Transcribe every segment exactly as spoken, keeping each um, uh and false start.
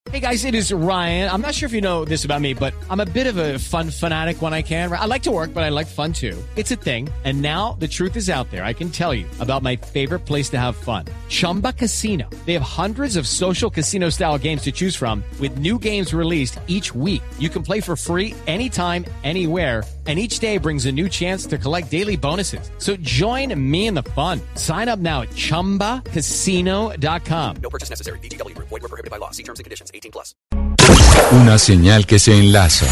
Hey guys, it is Ryan. I'm not sure if you know this about me, but I'm a bit of a fun fanatic when I can. I like to work, but I like fun too. It's a thing. And now the truth is out there. I can tell you about my favorite place to have fun. Chumba Casino. They have hundreds of social casino style games to choose from with new games released each week. You can play for free anytime, anywhere. And each day brings a new chance to collect daily bonuses. So join me in the fun. Sign up now at chumba casino dot com. No purchase necessary. V G W Group. Void where prohibited by law. See terms and conditions. eighteen plus. Una señal que se enlaza.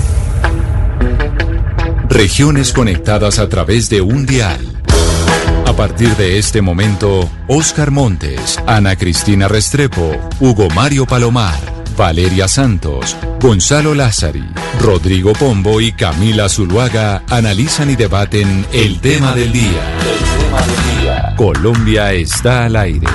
Regiones conectadas a través de un dial. A partir de este momento, Oscar Montes, Ana Cristina Restrepo, Hugo Mario Palomar, Valeria Santos, Gonzalo Lázari, Rodrigo Pombo y Camila Zuluaga analizan y debaten el tema del día. El tema del día. Colombia está al aire.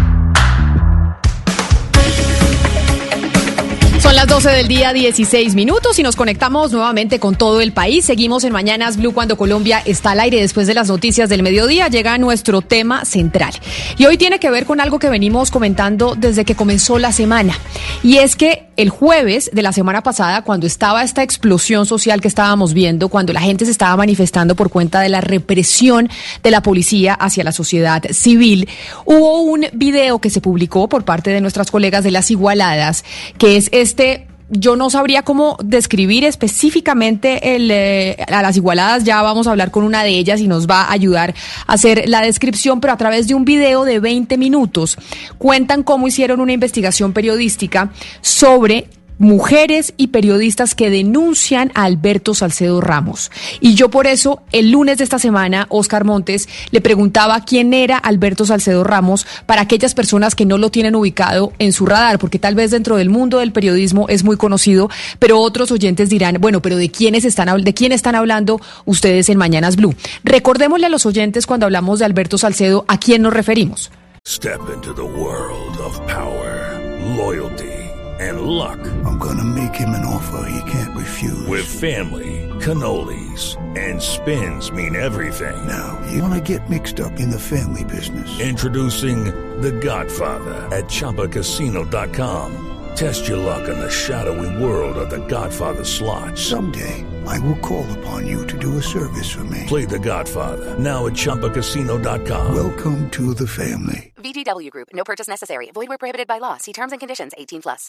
Son las doce del día, dieciséis minutos, y nos conectamos nuevamente con todo el país. Seguimos en Mañanas Blue cuando Colombia está al aire. Después de las noticias del mediodía llega nuestro tema central. Y hoy tiene que ver con algo que venimos comentando desde que comenzó la semana. Y es que el jueves de la semana pasada, cuando estaba esta explosión social que estábamos viendo, cuando la gente se estaba manifestando por cuenta de la represión de la policía hacia la sociedad civil, hubo un video que se publicó por parte de nuestras colegas de Las Igualadas, que es este. Yo no sabría cómo describir específicamente el, eh, a Las Igualadas. Ya vamos a hablar con una de ellas y nos va a ayudar a hacer la descripción, pero a través de un video de veinte minutos cuentan cómo hicieron una investigación periodística sobre mujeres y periodistas que denuncian a Alberto Salcedo Ramos. Y yo por eso, el lunes de esta semana, Oscar Montes le preguntaba quién era Alberto Salcedo Ramos para aquellas personas que no lo tienen ubicado en su radar, porque tal vez dentro del mundo del periodismo es muy conocido, pero otros oyentes dirán, bueno, pero ¿de quiénes están, de quién están hablando ustedes en Mañanas Blue? Recordémosle a los oyentes cuando hablamos de Alberto Salcedo, ¿a quién nos referimos? Step into the world of power, loyalty, and luck. I'm gonna make him an offer he can't refuse. With family, cannolis, and spins mean everything. Now, you wanna get mixed up in the family business. Introducing The Godfather at Chumba Casino dot com. Test your luck in the shadowy world of The Godfather slot. Someday, I will call upon you to do a service for me. Play The Godfather, now at Chumba Casino dot com. Welcome to the family. V G W Group. No purchase necessary. Void where prohibited by law. See terms and conditions. eighteen plus.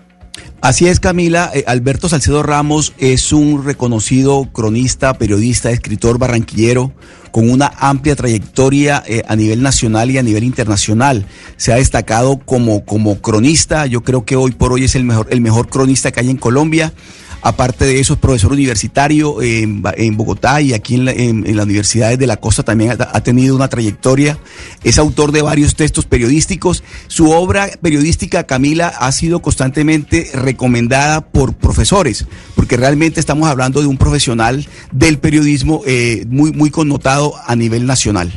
Así es, Camila. Eh, Alberto Salcedo Ramos es un reconocido cronista, periodista, escritor barranquillero con una amplia trayectoria eh, a nivel nacional y a nivel internacional. Se ha destacado como, como cronista. Yo creo que hoy por hoy es el mejor, el mejor cronista que hay en Colombia. Aparte de eso, es profesor universitario en, en Bogotá y aquí en, la, en, en las universidades de la costa también ha, ha tenido una trayectoria. Es autor de varios textos periodísticos. Su obra periodística, Camila, ha sido constantemente recomendada por profesores, porque realmente estamos hablando de un profesional del periodismo eh, muy, muy connotado a nivel nacional.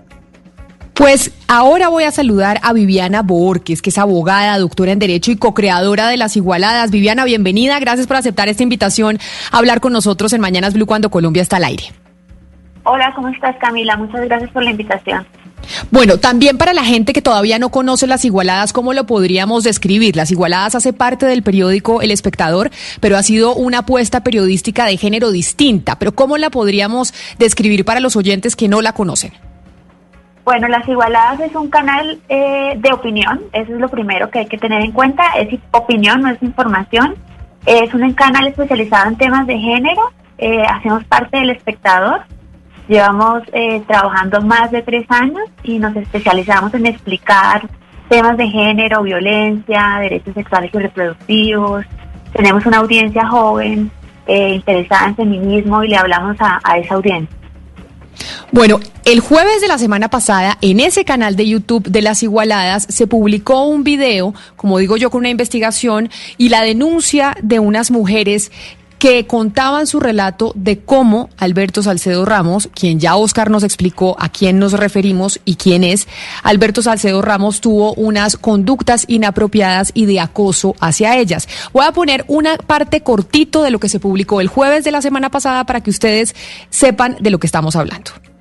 Pues ahora voy a saludar a Viviana Borges, que es abogada, doctora en Derecho y co-creadora de Las Igualadas. Viviana, bienvenida. Gracias por aceptar esta invitación a hablar con nosotros en Mañanas Blue cuando Colombia está al aire. Hola, ¿cómo estás, Camila? Muchas gracias por la invitación. Bueno, también para la gente que todavía no conoce Las Igualadas, ¿cómo lo podríamos describir? Las Igualadas hace parte del periódico El Espectador, pero ha sido una apuesta periodística de género distinta. Pero ¿cómo la podríamos describir para los oyentes que no la conocen? Bueno, Las Igualadas es un canal eh, de opinión, eso es lo primero que hay que tener en cuenta, es opinión, no es información, es un canal especializado en temas de género, eh, hacemos parte del Espectador, llevamos eh, trabajando más de tres años y nos especializamos en explicar temas de género, violencia, derechos sexuales y reproductivos, tenemos una audiencia joven, eh, interesada en feminismo y le hablamos a, a esa audiencia. Bueno, el jueves de la semana pasada, en ese canal de YouTube de Las Igualadas, se publicó un video, como digo yo, con una investigación y la denuncia de unas mujeres que contaban su relato de cómo Alberto Salcedo Ramos, quien ya Oscar nos explicó a quién nos referimos y quién es, Alberto Salcedo Ramos tuvo unas conductas inapropiadas y de acoso hacia ellas. Voy a poner una parte cortito de lo que se publicó el jueves de la semana pasada para que ustedes sepan de lo que estamos hablando.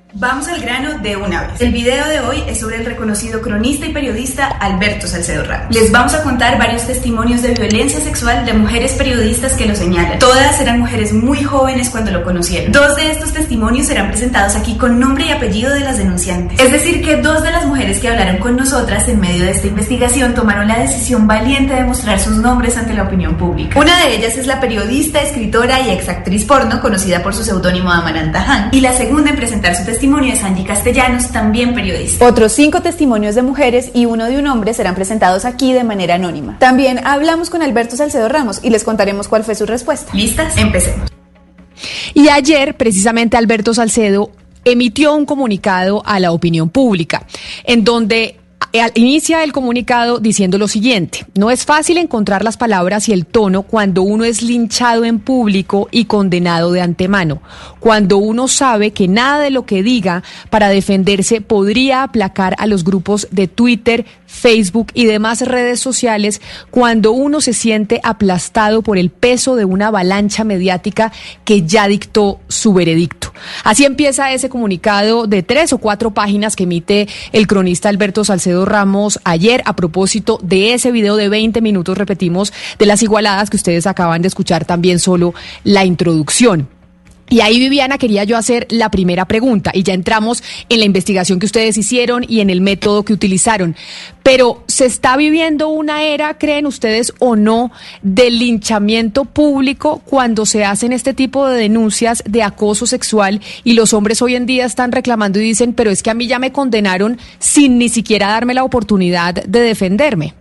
Vamos al grano de una vez. El video de hoy es sobre el reconocido cronista y periodista Alberto Salcedo Ramos. Les vamos a contar varios testimonios de violencia sexual de mujeres periodistas que lo señalan. Todas eran mujeres muy jóvenes cuando lo conocieron. Dos de estos testimonios serán presentados aquí con nombre y apellido de las denunciantes. Es decir, que dos de las mujeres que hablaron con nosotras en medio de esta investigación tomaron la decisión valiente de mostrar sus nombres ante la opinión pública. Una de ellas es la periodista, escritora y exactriz porno conocida por su seudónimo Amaranta Han. Y la segunda en presentar su testimonio testimonio es Angie Castellanos, también periodista. Otros cinco testimonios de mujeres y uno de un hombre serán presentados aquí de manera anónima. También hablamos con Alberto Salcedo Ramos y les contaremos cuál fue su respuesta. ¿Listas? Empecemos. Y ayer, precisamente, Alberto Salcedo emitió un comunicado a la opinión pública, en donde inicia el comunicado diciendo lo siguiente: no es fácil encontrar las palabras y el tono cuando uno es linchado en público y condenado de antemano, cuando uno sabe que nada de lo que diga para defenderse podría aplacar a los grupos de Twitter, Facebook y demás redes sociales, cuando uno se siente aplastado por el peso de una avalancha mediática que ya dictó su veredicto. Así empieza ese comunicado de tres o cuatro páginas que emite el cronista Alberto Salcedo Ramos ayer a propósito de ese video de veinte minutos, repetimos, de las igualadas que ustedes acaban de escuchar también solo la introducción. Y ahí, Viviana, quería yo hacer la primera pregunta, y ya entramos en la investigación que ustedes hicieron y en el método que utilizaron. Pero, ¿se está viviendo una era, creen ustedes o no, del linchamiento público cuando se hacen este tipo de denuncias de acoso sexual y los hombres hoy en día están reclamando y dicen, pero es que a mí ya me condenaron sin ni siquiera darme la oportunidad de defenderme?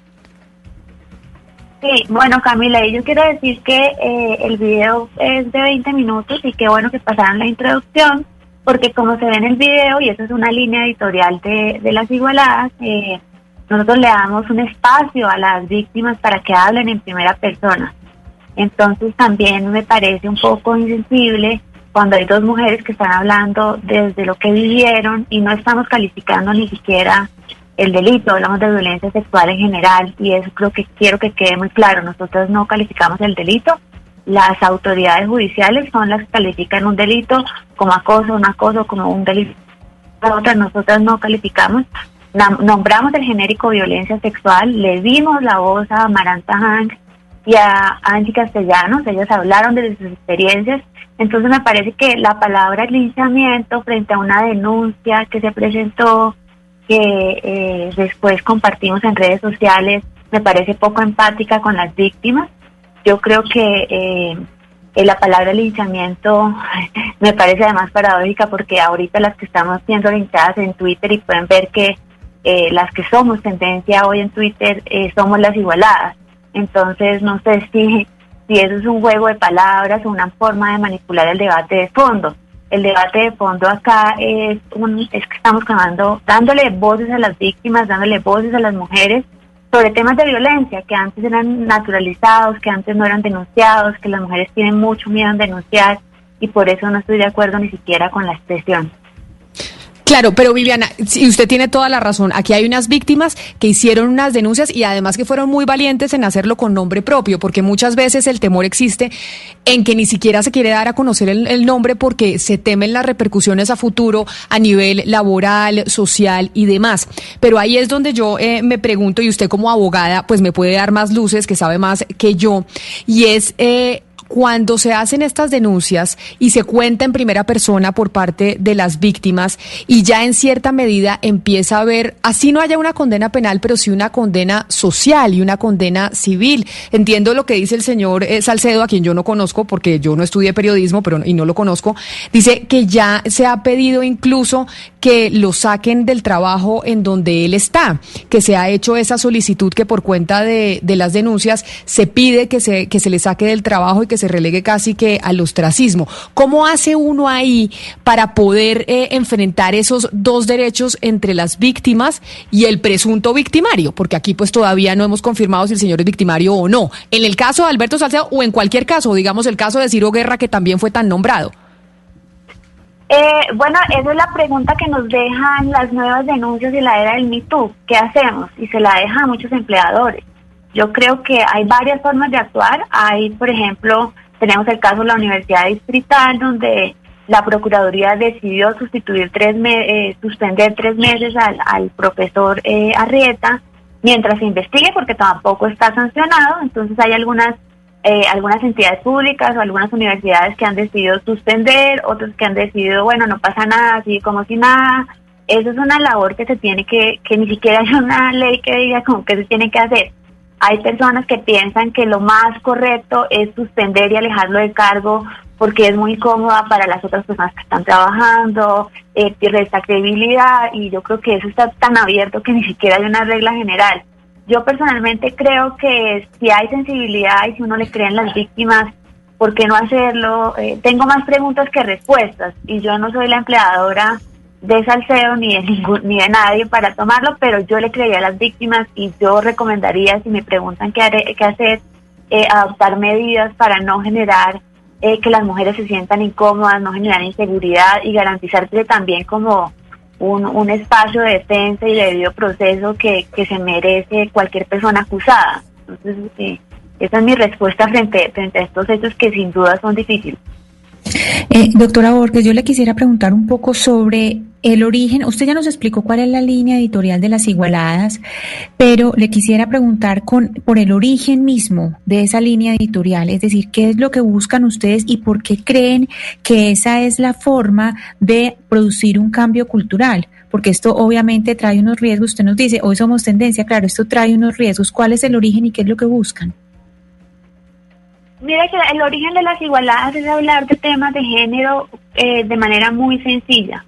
Sí, bueno, Camila, y yo quiero decir que eh, el video es de veinte minutos y qué bueno que pasaron la introducción, porque como se ve en el video, y eso es una línea editorial de, de las igualadas, eh, nosotros le damos un espacio a las víctimas para que hablen en primera persona. Entonces también me parece un poco insensible cuando hay dos mujeres que están hablando desde lo que vivieron y no estamos calificando ni siquiera el delito, hablamos de violencia sexual en general, y eso creo que quiero que quede muy claro. Nosotros no calificamos el delito, las autoridades judiciales son las que califican un delito como acoso, un acoso como un delito. Nosotras, nosotras no calificamos, nombramos el genérico violencia sexual, le dimos la voz a Amaranta Han y a Angie Castellanos, ellas hablaron de sus experiencias. Entonces me parece que la palabra linchamiento frente a una denuncia que se presentó, que eh, después compartimos en redes sociales, me parece poco empática con las víctimas. Yo creo que eh, eh, la palabra linchamiento me parece además paradójica, porque ahorita las que estamos siendo linchadas en Twitter, y pueden ver que eh, las que somos tendencia hoy en Twitter eh, somos las igualadas. Entonces no sé si, si eso es un juego de palabras o una forma de manipular el debate de fondo. El debate de fondo acá es, un, es que estamos dando, dándole voces a las víctimas, dándole voces a las mujeres sobre temas de violencia que antes eran naturalizados, que antes no eran denunciados, que las mujeres tienen mucho miedo en denunciar, y por eso no estoy de acuerdo ni siquiera con la expresión. Claro, pero Viviana, si usted tiene toda la razón. Aquí hay unas víctimas que hicieron unas denuncias y además que fueron muy valientes en hacerlo con nombre propio, porque muchas veces el temor existe en que ni siquiera se quiere dar a conocer el, el nombre porque se temen las repercusiones a futuro a nivel laboral, social y demás. Pero ahí es donde yo eh, me pregunto, y usted como abogada pues me puede dar más luces, que sabe más que yo, y es... Eh, Cuando se hacen estas denuncias y se cuenta en primera persona por parte de las víctimas, y ya en cierta medida empieza a haber, así no haya una condena penal, pero sí una condena social y una condena civil. Entiendo lo que dice el señor eh, Salcedo, a quien yo no conozco porque yo no estudié periodismo, pero y no lo conozco. Dice que ya se ha pedido incluso que lo saquen del trabajo en donde él está, que se ha hecho esa solicitud que por cuenta de, de las denuncias se pide que se, que se le saque del trabajo y que se relegue casi que al ostracismo. ¿Cómo hace uno ahí para poder eh, enfrentar esos dos derechos entre las víctimas y el presunto victimario? Porque aquí pues todavía no hemos confirmado si el señor es victimario o no. En el caso de Alberto Salcedo o en cualquier caso, digamos el caso de Ciro Guerra, que también fue tan nombrado. Eh, bueno, esa es la pregunta que nos dejan las nuevas denuncias y la era del Me Too. ¿Qué hacemos? Y se la deja a muchos empleadores. Yo creo que hay varias formas de actuar. Hay, por ejemplo, tenemos el caso de la Universidad Distrital, donde la Procuraduría decidió sustituir tres me- eh, suspender tres meses al, al profesor eh, Arrieta mientras se investigue, porque tampoco está sancionado. Entonces hay algunas eh, algunas entidades públicas o algunas universidades que han decidido suspender, otros que han decidido, bueno, no pasa nada, así como si nada. Eso es una labor que se tiene que, que ni siquiera hay una ley que diga como que se tiene que hacer. Hay personas que piensan que lo más correcto es suspender y alejarlo de cargo porque es muy cómoda para las otras personas que están trabajando, eh, resta credibilidad, y yo creo que eso está tan abierto que ni siquiera hay una regla general. Yo personalmente creo que si hay sensibilidad y si uno le cree en las víctimas, ¿por qué no hacerlo? Eh, tengo más preguntas que respuestas, y yo no soy la empleadora de Salcedo ni de ningún, ni de nadie para tomarlo, pero yo le creería a las víctimas y yo recomendaría, si me preguntan qué, haré, qué hacer, eh, adoptar medidas para no generar eh, que las mujeres se sientan incómodas, no generar inseguridad y garantizarle también como un, un espacio de defensa y de debido proceso que, que se merece cualquier persona acusada. Entonces, eh, esa es mi respuesta frente, frente a estos hechos que sin duda son difíciles. Eh, doctora Borges, yo le quisiera preguntar un poco sobre el origen. Usted ya nos explicó cuál es la línea editorial de Las Igualadas, pero le quisiera preguntar con, por el origen mismo de esa línea editorial, es decir, ¿qué es lo que buscan ustedes y por qué creen que esa es la forma de producir un cambio cultural? Porque esto obviamente trae unos riesgos. Usted nos dice, hoy somos tendencia, claro, esto trae unos riesgos. ¿Cuál es el origen y qué es lo que buscan? Mira que el origen de Las Igualadas es hablar de temas de género eh, de manera muy sencilla.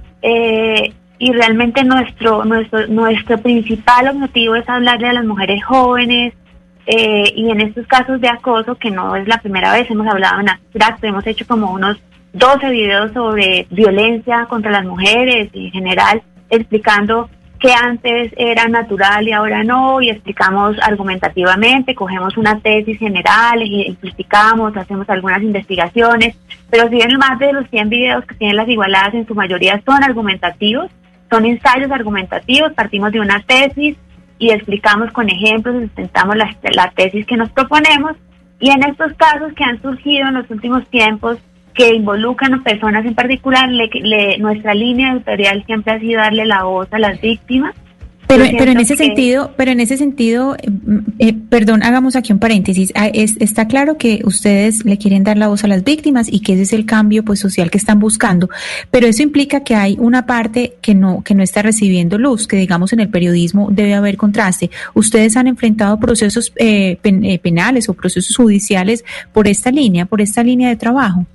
Eh, y realmente nuestro nuestro nuestro principal objetivo es hablarle a las mujeres jóvenes eh, y en estos casos de acoso, que no es la primera vez, hemos hablado en abstracto, hemos hecho como unos doce videos sobre violencia contra las mujeres y en general explicando que antes era natural y ahora no, y explicamos argumentativamente, cogemos una tesis general, explicamos, hacemos algunas investigaciones, pero si bien más de los cien videos que tienen Las Igualadas en su mayoría son argumentativos, son ensayos argumentativos, partimos de una tesis y explicamos con ejemplos, sustentamos la, la tesis que nos proponemos, y en estos casos que han surgido en los últimos tiempos, que involucran a personas en particular, le, le, nuestra línea editorial siempre ha sido darle la voz a las víctimas. Pero, pero en ese que... sentido, pero en ese sentido, eh, perdón, hagamos aquí un paréntesis. Ah, es, está claro que ustedes le quieren dar la voz a las víctimas y que ese es el cambio, pues, social que están buscando. Pero eso implica que hay una parte que no, que no está recibiendo luz, que digamos en el periodismo debe haber contraste. Ustedes han enfrentado procesos eh, pen, eh, penales o procesos judiciales por esta línea, por esta línea de trabajo.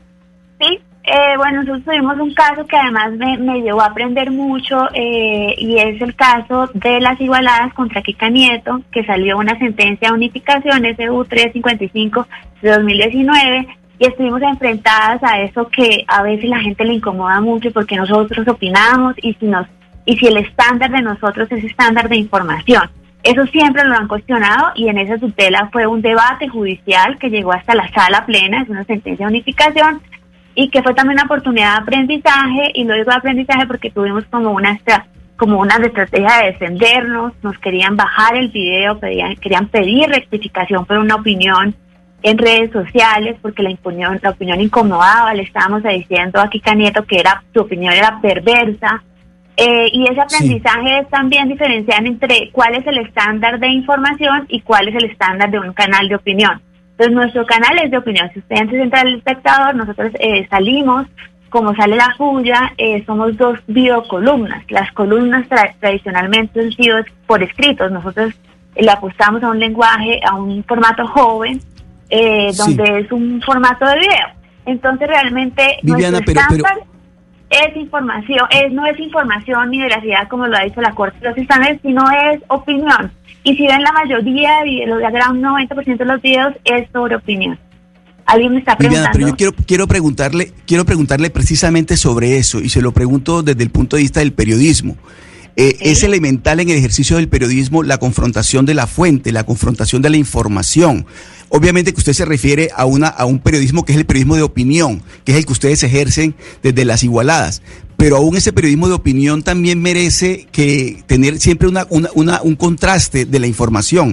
Sí. Eh, bueno, nosotros tuvimos un caso que además me, me llevó a aprender mucho eh, y es el caso de Las Igualadas contra Kika Nieto, que salió una sentencia de unificación S U trescientos cincuenta y cinco de dos mil diecinueve, y estuvimos enfrentadas a eso que a veces la gente le incomoda mucho porque nosotros opinamos y si nos y si el estándar de nosotros es estándar de información. Eso siempre lo han cuestionado y en esa tutela fue un debate judicial que llegó hasta la sala plena, es una sentencia de unificación, y que fue también una oportunidad de aprendizaje, y lo digo de aprendizaje porque tuvimos como una como una estrategia de defendernos, nos querían bajar el video, pedían, querían pedir rectificación por una opinión en redes sociales, porque la opinión, la opinión incomodaba, le estábamos diciendo a Kika Nieto que era, su opinión era perversa, eh, y ese aprendizaje sí. Es también diferenciar entre cuál es el estándar de información y cuál es el estándar de un canal de opinión. Entonces, nuestro canal es de opinión. Si usted entra en el espectador, nosotros eh, salimos, como sale la Fuya, eh, somos dos videocolumnas. Las columnas tra- tradicionalmente han sido por escritos. Nosotros eh, le apostamos a un lenguaje, a un formato joven, eh, donde sí. Es un formato de video. Entonces, realmente, Viviana, nuestro pero, estándar pero... es información, es, no es información ni veracidad, como lo ha dicho la Corte de los Estándares, sino es opinión. Y si ven la mayoría, el gran noventa por ciento de los videos es sobre opinión. Alguien me está preguntando. Viviana, pero yo quiero, quiero preguntarle, quiero preguntarle precisamente sobre eso, y se lo pregunto desde el punto de vista del periodismo. Eh, ¿Sí? Es elemental en el ejercicio del periodismo la confrontación de la fuente, la confrontación de la información. Obviamente que usted se refiere a una a un periodismo que es el periodismo de opinión, que es el que ustedes ejercen desde Las Igualadas. Pero aún ese periodismo de opinión también merece que tener siempre una, una, una un contraste de la información.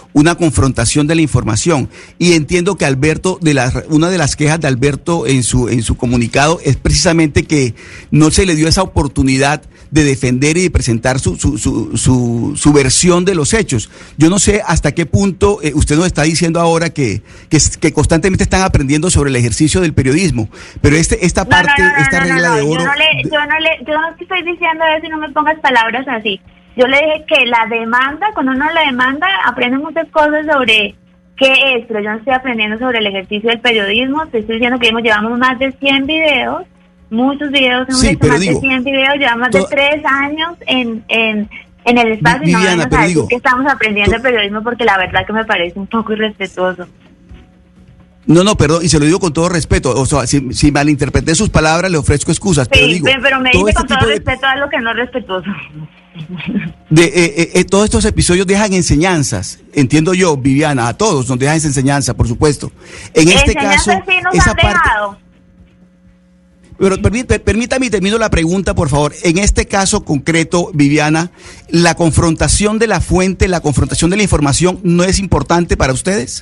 una confrontación de la información. Y entiendo que Alberto, de las, una de las quejas de Alberto en su, en su comunicado es precisamente que no se le dio esa oportunidad de defender y de presentar su, su, su, su, su versión de los hechos. Yo no sé hasta qué punto eh, usted nos está diciendo ahora que, que, que constantemente están aprendiendo sobre el ejercicio del periodismo, pero este esta no, parte, no, no, esta no, regla no, no. de oro... Yo no, le, yo, no le, yo no te estoy diciendo eso y no me pongas palabras así. Yo le dije que la demanda, cuando uno la demanda, aprende muchas cosas sobre qué es, pero yo no estoy aprendiendo sobre el ejercicio del periodismo. Te estoy diciendo que hemos, llevamos más de cien videos, muchos videos, hemos sí, hecho más digo, de cien videos, llevamos más de tres años en, en, en el espacio Viviana, y no vamos a decir digo, que estamos aprendiendo tú, periodismo porque la verdad que me parece un poco irrespetuoso. No, no, perdón, y se lo digo con todo respeto, o sea, si, si malinterpreté sus palabras le ofrezco excusas, sí, pero digo... pero me dice este con todo de, respeto a lo que no es respetuoso. De, eh, eh, todos estos episodios dejan enseñanzas, entiendo yo, Viviana, a todos nos dejan esa enseñanza, por supuesto. En este caso, sí nos esa han parte... Dejado. Pero permítame, permítame y termino la pregunta, por favor. En este caso concreto, Viviana, ¿la confrontación de la fuente, la confrontación de la información no es importante para ustedes?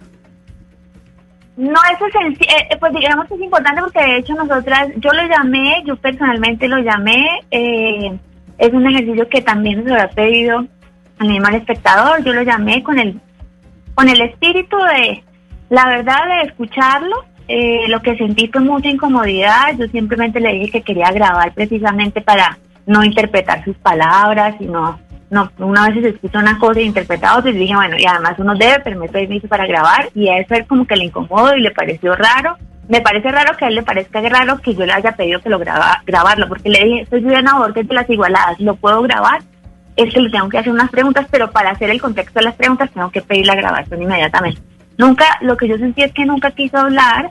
No es esencial, eh, pues digamos que es importante porque de hecho nosotras, yo lo llamé, yo personalmente lo llamé, eh, es un ejercicio que también nos habrá pedido al mismo al espectador, yo lo llamé con el, con el espíritu de, la verdad, de escucharlo. Eh, lo que sentí fue mucha incomodidad. Yo simplemente le dije que quería grabar precisamente para no interpretar sus palabras, sino no, una vez se escucha una cosa e interpreta otra, y dije, bueno, y además uno debe permitir permiso para grabar, y a eso él como que le incomodó y le pareció raro. Me parece raro que a él le parezca raro que yo le haya pedido que lo graba, grabarlo, porque le dije, soy Viviana Borges de Las Igualadas, ¿lo puedo grabar? Es que le tengo que hacer unas preguntas, pero para hacer el contexto de las preguntas tengo que pedir la grabación inmediatamente. Nunca, lo que yo sentí es que nunca quiso hablar.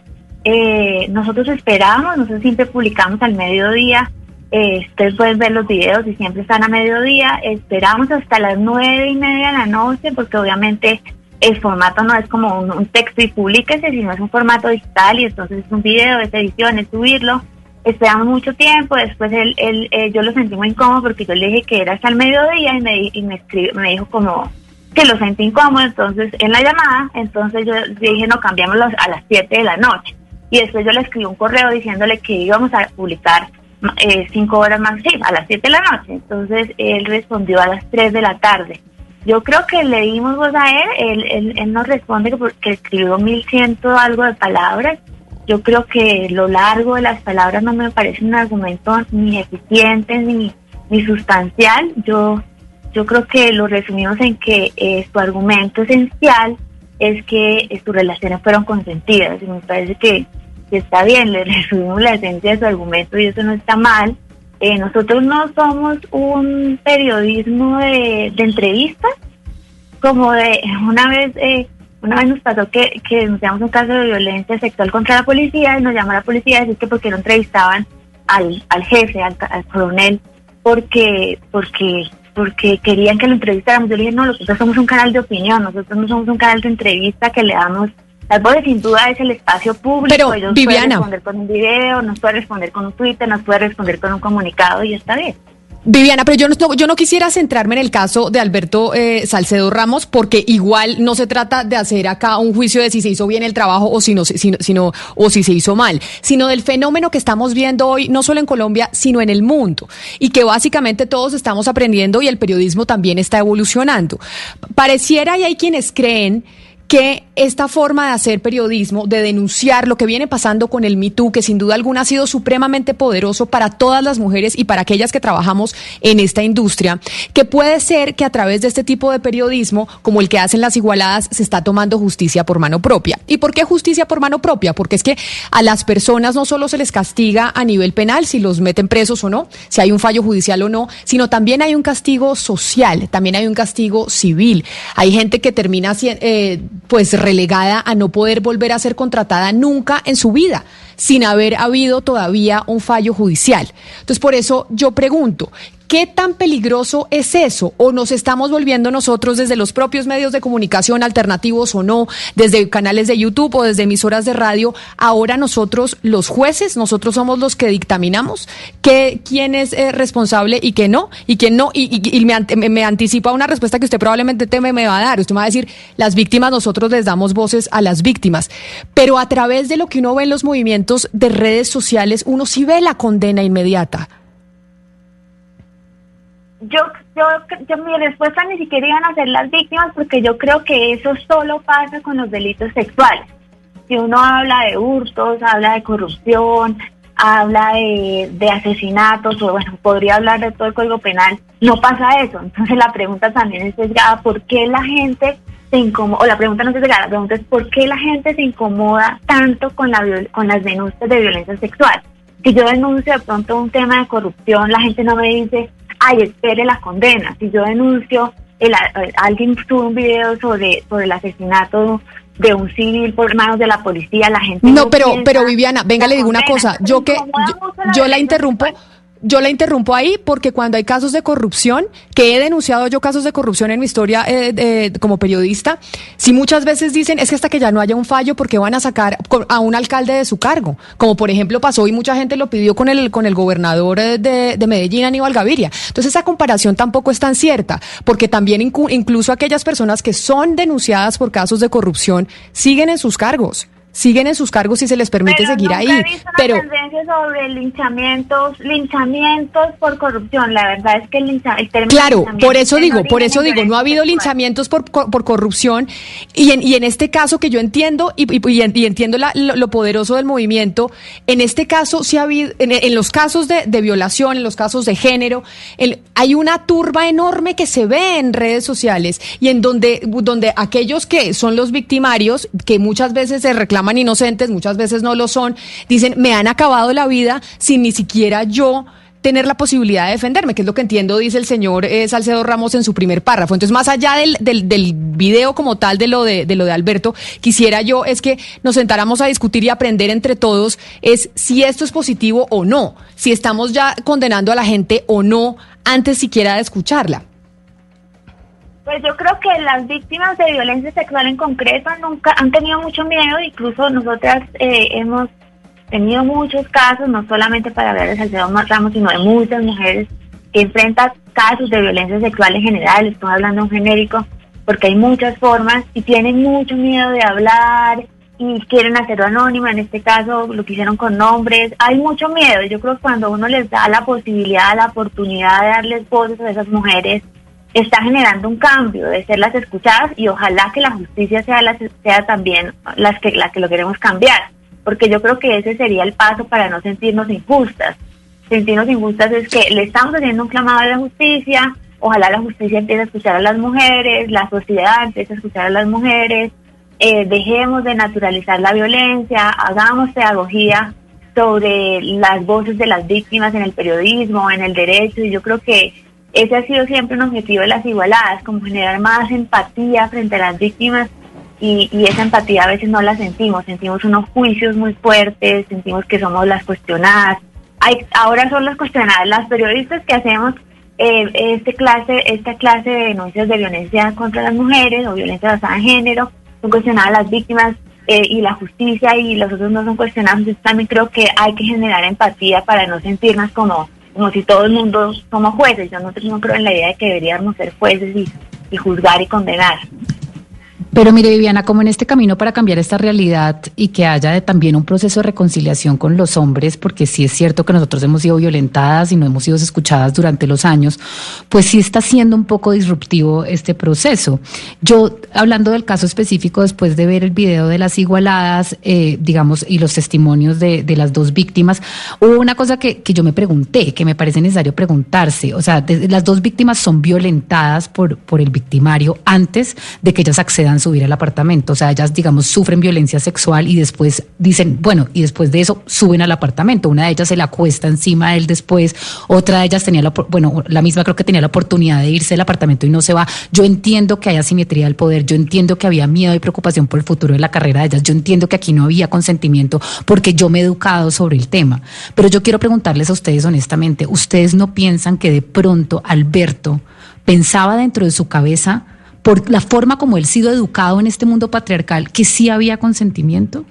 Eh, nosotros esperábamos, nosotros siempre publicamos al mediodía, eh, ustedes pueden ver los videos y siempre están a mediodía, esperamos hasta las nueve y media de la noche, porque obviamente el formato no es como un, un texto y publíquese, sino es un formato digital, y entonces es un video, es edición, es subirlo. Esperamos mucho tiempo, después él, él, eh, yo lo sentí muy incómodo porque yo le dije que era hasta el mediodía y me, y me, escribió, me dijo como que lo sentí incómodo, entonces en la llamada, entonces yo dije no, cambiámoslo a las siete de la noche, y después yo le escribí un correo diciéndole que íbamos a publicar eh, cinco horas más, sí, a las siete de la noche, entonces él respondió a las tres de la tarde. Yo creo que le dimos voz a él, él, él, él nos responde que, que escribió mil ciento algo de palabras. Yo creo que lo largo de las palabras no me parece un argumento ni eficiente ni, ni sustancial. Yo yo creo que lo resumimos en que eh, su argumento esencial es que eh, sus relaciones fueron consentidas, y me parece que, que está bien, le resumimos la esencia de su argumento y eso no está mal. Eh, nosotros no somos un periodismo de, de entrevistas, como de una vez... Eh, Una vez nos pasó que, que denunciamos un caso de violencia sexual contra la policía, y nos llamó la policía a decir que porque no entrevistaban al, al jefe, al, al coronel, porque porque porque querían que lo entrevistáramos. Yo le dije, no, nosotros somos un canal de opinión, nosotros no somos un canal de entrevista que le damos... Las voces sin duda es el espacio público. Pero, ellos Viviana, pueden responder con un video, nos puede responder con un Twitter, nos puede responder con un comunicado, y está bien. Viviana, pero yo no, yo no quisiera centrarme en el caso de Alberto eh, Salcedo Ramos, porque igual no se trata de hacer acá un juicio de si se hizo bien el trabajo o si no, sino, sino, o si se hizo mal, sino del fenómeno que estamos viendo hoy, no solo en Colombia, sino en el mundo, y que básicamente todos estamos aprendiendo y el periodismo también está evolucionando. Pareciera, y hay quienes creen, que esta forma de hacer periodismo, de denunciar lo que viene pasando con el Me Too, que sin duda alguna ha sido supremamente poderoso para todas las mujeres y para aquellas que trabajamos en esta industria, que puede ser que a través de este tipo de periodismo, como el que hacen Las Igualadas, se está tomando justicia por mano propia. ¿Y por qué justicia por mano propia? Porque es que a las personas no solo se les castiga a nivel penal, si los meten presos o no, si hay un fallo judicial o no, sino también hay un castigo social, también hay un castigo civil. Hay gente que termina eh, pues relegada a no poder volver a ser contratada nunca en su vida, sin haber habido todavía un fallo judicial. Entonces, por eso yo pregunto, ¿qué tan peligroso es eso? ¿O nos estamos volviendo nosotros desde los propios medios de comunicación, alternativos o no, desde canales de YouTube o desde emisoras de radio, ahora nosotros los jueces, nosotros somos los que dictaminamos que quién es eh, responsable y quién no, y quién no, y, y, y me, me, me anticipa una respuesta que usted probablemente te me, me va a dar. Usted me va a decir, las víctimas, nosotros les damos voces a las víctimas, pero a través de lo que uno ve en los movimientos de redes sociales, uno sí ve la condena inmediata. Yo, yo, yo, mi respuesta ni siquiera iban a ser las víctimas, porque yo creo que eso solo pasa con los delitos sexuales. Si uno habla de hurtos, habla de corrupción, habla de, de asesinatos, o bueno, podría hablar de todo el Código Penal, no pasa eso. Entonces la pregunta también es sesgada, ¿por qué la gente se incomoda? O la pregunta no es sesgada, la pregunta es ¿por qué la gente se incomoda tanto con, la, con las denuncias de violencia sexual? Si yo denuncio de pronto un tema de corrupción, la gente no me dice, ay, espere la condena. Si yo denuncio, el, alguien sube un video sobre, sobre el asesinato de un civil por manos de la policía, la gente no, no pero pero Viviana, venga, le digo una cosa, yo que yo, yo la interrumpo Yo la interrumpo ahí porque cuando hay casos de corrupción, que he denunciado yo casos de corrupción en mi historia eh, eh, como periodista, sí muchas veces dicen, es que hasta que ya no haya un fallo, porque van a sacar a un alcalde de su cargo, como por ejemplo pasó y mucha gente lo pidió con el con el gobernador de, de Medellín, Aníbal Gaviria. Entonces esa comparación tampoco es tan cierta, porque también incu- incluso aquellas personas que son denunciadas por casos de corrupción siguen en sus cargos. Siguen en sus cargos y se les permite pero seguir nunca ahí. He visto pero una tendencia sobre linchamientos, linchamientos por corrupción. La verdad es que el, lincha, el término claro, por eso digo, por eso digo, no ha habido linchamientos por por corrupción y en y en este caso que yo entiendo y, y, y entiendo la, lo, lo poderoso del movimiento, en este caso sí ha habido, en, en los casos de, de violación, en los casos de género, el, hay una turba enorme que se ve en redes sociales y en donde donde aquellos que son los victimarios, que muchas veces se reclaman inocentes, muchas veces no lo son, dicen, me han acabado la vida sin ni siquiera yo tener la posibilidad de defenderme, que es lo que entiendo, dice el señor eh, Salcedo Ramos en su primer párrafo. Entonces, más allá del, del, del video como tal de lo de, de lo de Alberto, quisiera yo es que nos sentáramos a discutir y aprender entre todos es si esto es positivo o no, si estamos ya condenando a la gente o no, antes siquiera de escucharla. Pues yo creo que las víctimas de violencia sexual en concreto nunca han tenido mucho miedo, incluso nosotras eh, hemos tenido muchos casos, no solamente para hablar de Salcedo Ramos, sino de muchas mujeres que enfrentan casos de violencia sexual en general, estoy hablando en genérico, porque hay muchas formas y tienen mucho miedo de hablar y quieren hacerlo anónimo, en este caso lo que hicieron con nombres, hay mucho miedo. Yo creo que cuando uno les da la posibilidad, la oportunidad de darles voces a esas mujeres, está generando un cambio de ser las escuchadas y ojalá que la justicia sea la, sea también las que la que lo queremos cambiar, porque yo creo que ese sería el paso para no sentirnos injustas. Sentirnos injustas es que le estamos haciendo un clamado a la justicia, ojalá la justicia empiece a escuchar a las mujeres, la sociedad empiece a escuchar a las mujeres, eh, dejemos de naturalizar la violencia, hagamos pedagogía sobre las voces de las víctimas en el periodismo, en el derecho, y yo creo que ese ha sido siempre un objetivo de Las Igualadas, como generar más empatía frente a las víctimas y, y esa empatía a veces no la sentimos, sentimos unos juicios muy fuertes, sentimos que somos las cuestionadas. Hay, ahora son las cuestionadas, las periodistas que hacemos eh, este clase, esta clase de denuncias de violencia contra las mujeres o violencia basada en género, son cuestionadas las víctimas eh, y la justicia y los otros no son cuestionados. Entonces también creo que hay que generar empatía para no sentirnos como como si todo el mundo somos jueces. Yo no, no creo en la idea de que deberíamos ser jueces y, y juzgar y condenar. Pero mire, Viviana, como en este camino para cambiar esta realidad y que haya de, también un proceso de reconciliación con los hombres, porque sí es cierto que nosotros hemos sido violentadas y no hemos sido escuchadas durante los años, pues sí está siendo un poco disruptivo este proceso. Yo, hablando del caso específico, después de ver el video de Las Igualadas, eh, digamos, y los testimonios de, de las dos víctimas, hubo una cosa que, que yo me pregunté, que me parece necesario preguntarse. O sea, de, las dos víctimas son violentadas por, por el victimario antes de que ellas accedan subir al apartamento. O sea, ellas, digamos, sufren violencia sexual y después dicen, bueno, y después de eso suben al apartamento. Una de ellas se la acuesta encima de él después, otra de ellas tenía la, bueno, la misma creo que tenía la oportunidad de irse del apartamento y no se va. Yo entiendo que hay asimetría del poder, yo entiendo que había miedo y preocupación por el futuro de la carrera de ellas, yo entiendo que aquí no había consentimiento porque yo me he educado sobre el tema. Pero yo quiero preguntarles a ustedes honestamente, ¿ustedes no piensan que de pronto Alberto pensaba dentro de su cabeza, por la forma como él ha sido educado en este mundo patriarcal, que sí había consentimiento?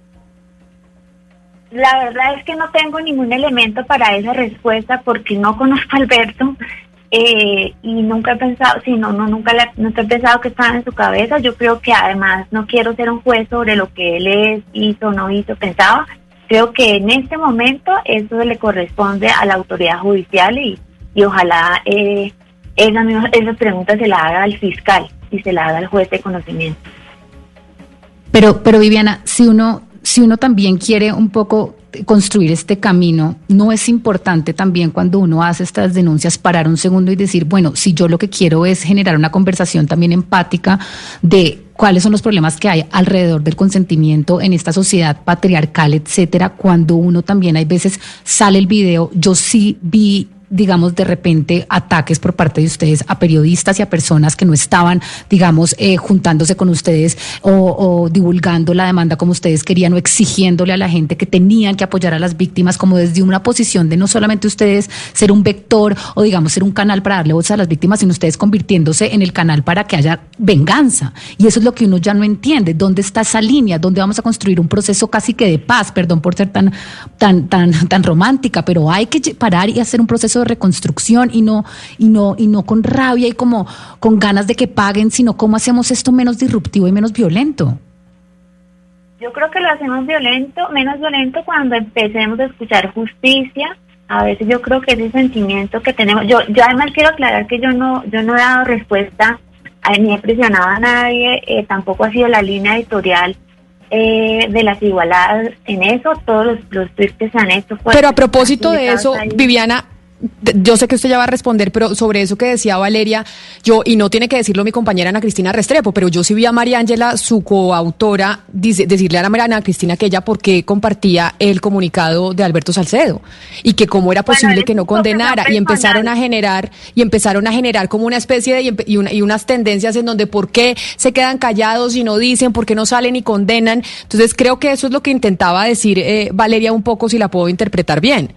La verdad es que no tengo ningún elemento para esa respuesta porque no conozco a Alberto eh, y nunca he pensado, sí, no, no, nunca, la, nunca he pensado que estaba en su cabeza. Yo creo que además no quiero ser un juez sobre lo que él es, hizo, no hizo, pensaba. Creo que en este momento eso le corresponde a la autoridad judicial y, y ojalá eh, esas, esas preguntas se las haga al fiscal y se las haga al juez de conocimiento. Pero, pero Viviana, si uno, si uno también quiere un poco construir este camino, ¿no es importante también cuando uno hace estas denuncias parar un segundo y decir, bueno, si yo lo que quiero es generar una conversación también empática de cuáles son los problemas que hay alrededor del consentimiento en esta sociedad patriarcal, etcétera? Cuando uno también hay veces sale el video, yo sí vi, digamos, de repente ataques por parte de ustedes a periodistas y a personas que no estaban, digamos, eh, juntándose con ustedes o, o divulgando la demanda como ustedes querían o exigiéndole a la gente que tenían que apoyar a las víctimas, como desde una posición de no solamente ustedes ser un vector o, digamos, ser un canal para darle voz a las víctimas, sino ustedes convirtiéndose en el canal para que haya venganza. Y eso es lo que uno ya no entiende. ¿Dónde está esa línea? ¿Dónde vamos a construir un proceso casi que de paz? Perdón por ser tan, tan, tan, tan romántica, pero hay que parar y hacer un proceso de reconstrucción y no y no y no con rabia y como con ganas de que paguen, sino cómo hacemos esto menos disruptivo y menos violento. Yo creo que lo hacemos violento, menos violento cuando empecemos a escuchar justicia. A veces yo creo que ese sentimiento que tenemos, yo yo además quiero aclarar que yo no yo no he dado respuesta a, ni he presionado a nadie, eh, tampoco ha sido la línea editorial Eh, de las igualadas en eso, todos los, los tweets que se han hecho. Pues, pero a propósito de eso, ahí. Viviana, yo sé que usted ya va a responder, pero sobre eso que decía Valeria, yo, y no tiene que decirlo mi compañera Ana Cristina Restrepo, pero yo sí vi a María Ángela, su coautora, dice, decirle a Ana Cristina que ella por qué compartía el comunicado de Alberto Salcedo y que cómo era posible bueno, que no condenara, y empezaron a generar y empezaron a generar como una especie de y, una, y unas tendencias en donde por qué se quedan callados y no dicen, por qué no salen y condenan. Entonces creo que eso es lo que intentaba decir eh, Valeria un poco, si la puedo interpretar bien.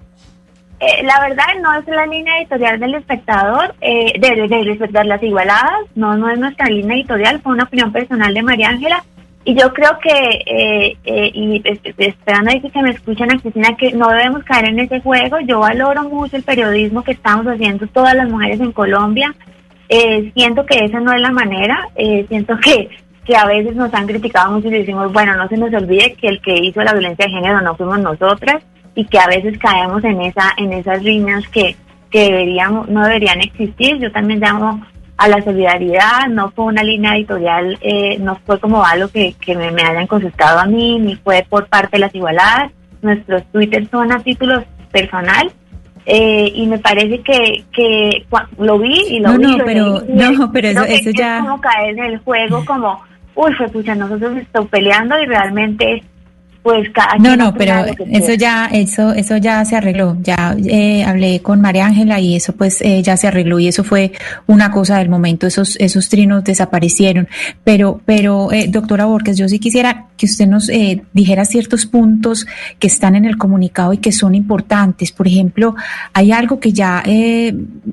Eh, la verdad no es la línea editorial del espectador, eh, de, de, de respetar las igualadas, no, no es nuestra línea editorial, fue una opinión personal de María Ángela, y yo creo que, eh, eh, y eh, esperando ahí que me escuchen a Cristina, que no debemos caer en ese juego. Yo valoro mucho el periodismo que estamos haciendo todas las mujeres en Colombia, eh, siento que esa no es la manera, eh, siento que, que a veces nos han criticado mucho y decimos, bueno, no se nos olvide que el que hizo la violencia de género no fuimos nosotras, y que a veces caemos en esa en esas líneas que, que deberíamos no deberían existir. Yo también llamo a la solidaridad, no fue una línea editorial, eh, no fue como algo que, que me, me hayan consultado a mí, ni fue por parte de las igualadas. Nuestros Twitter son a título personal, eh, y me parece que, que lo vi y lo no, vi. No, lo pero, vi, no, pero eso, eso ya... Es como caer en el juego, como, uy, pues pucha, nosotros estamos peleando y realmente... Pues cada no, no, pero eso ya, eso, eso ya se arregló. Ya eh, hablé con María Ángela y eso pues eh, ya se arregló y eso fue una cosa del momento. Esos, esos trinos desaparecieron. Pero, pero eh, doctora Borges, yo sí quisiera que usted nos eh, dijera ciertos puntos que están en el comunicado y que son importantes. Por ejemplo, hay algo que ya eh,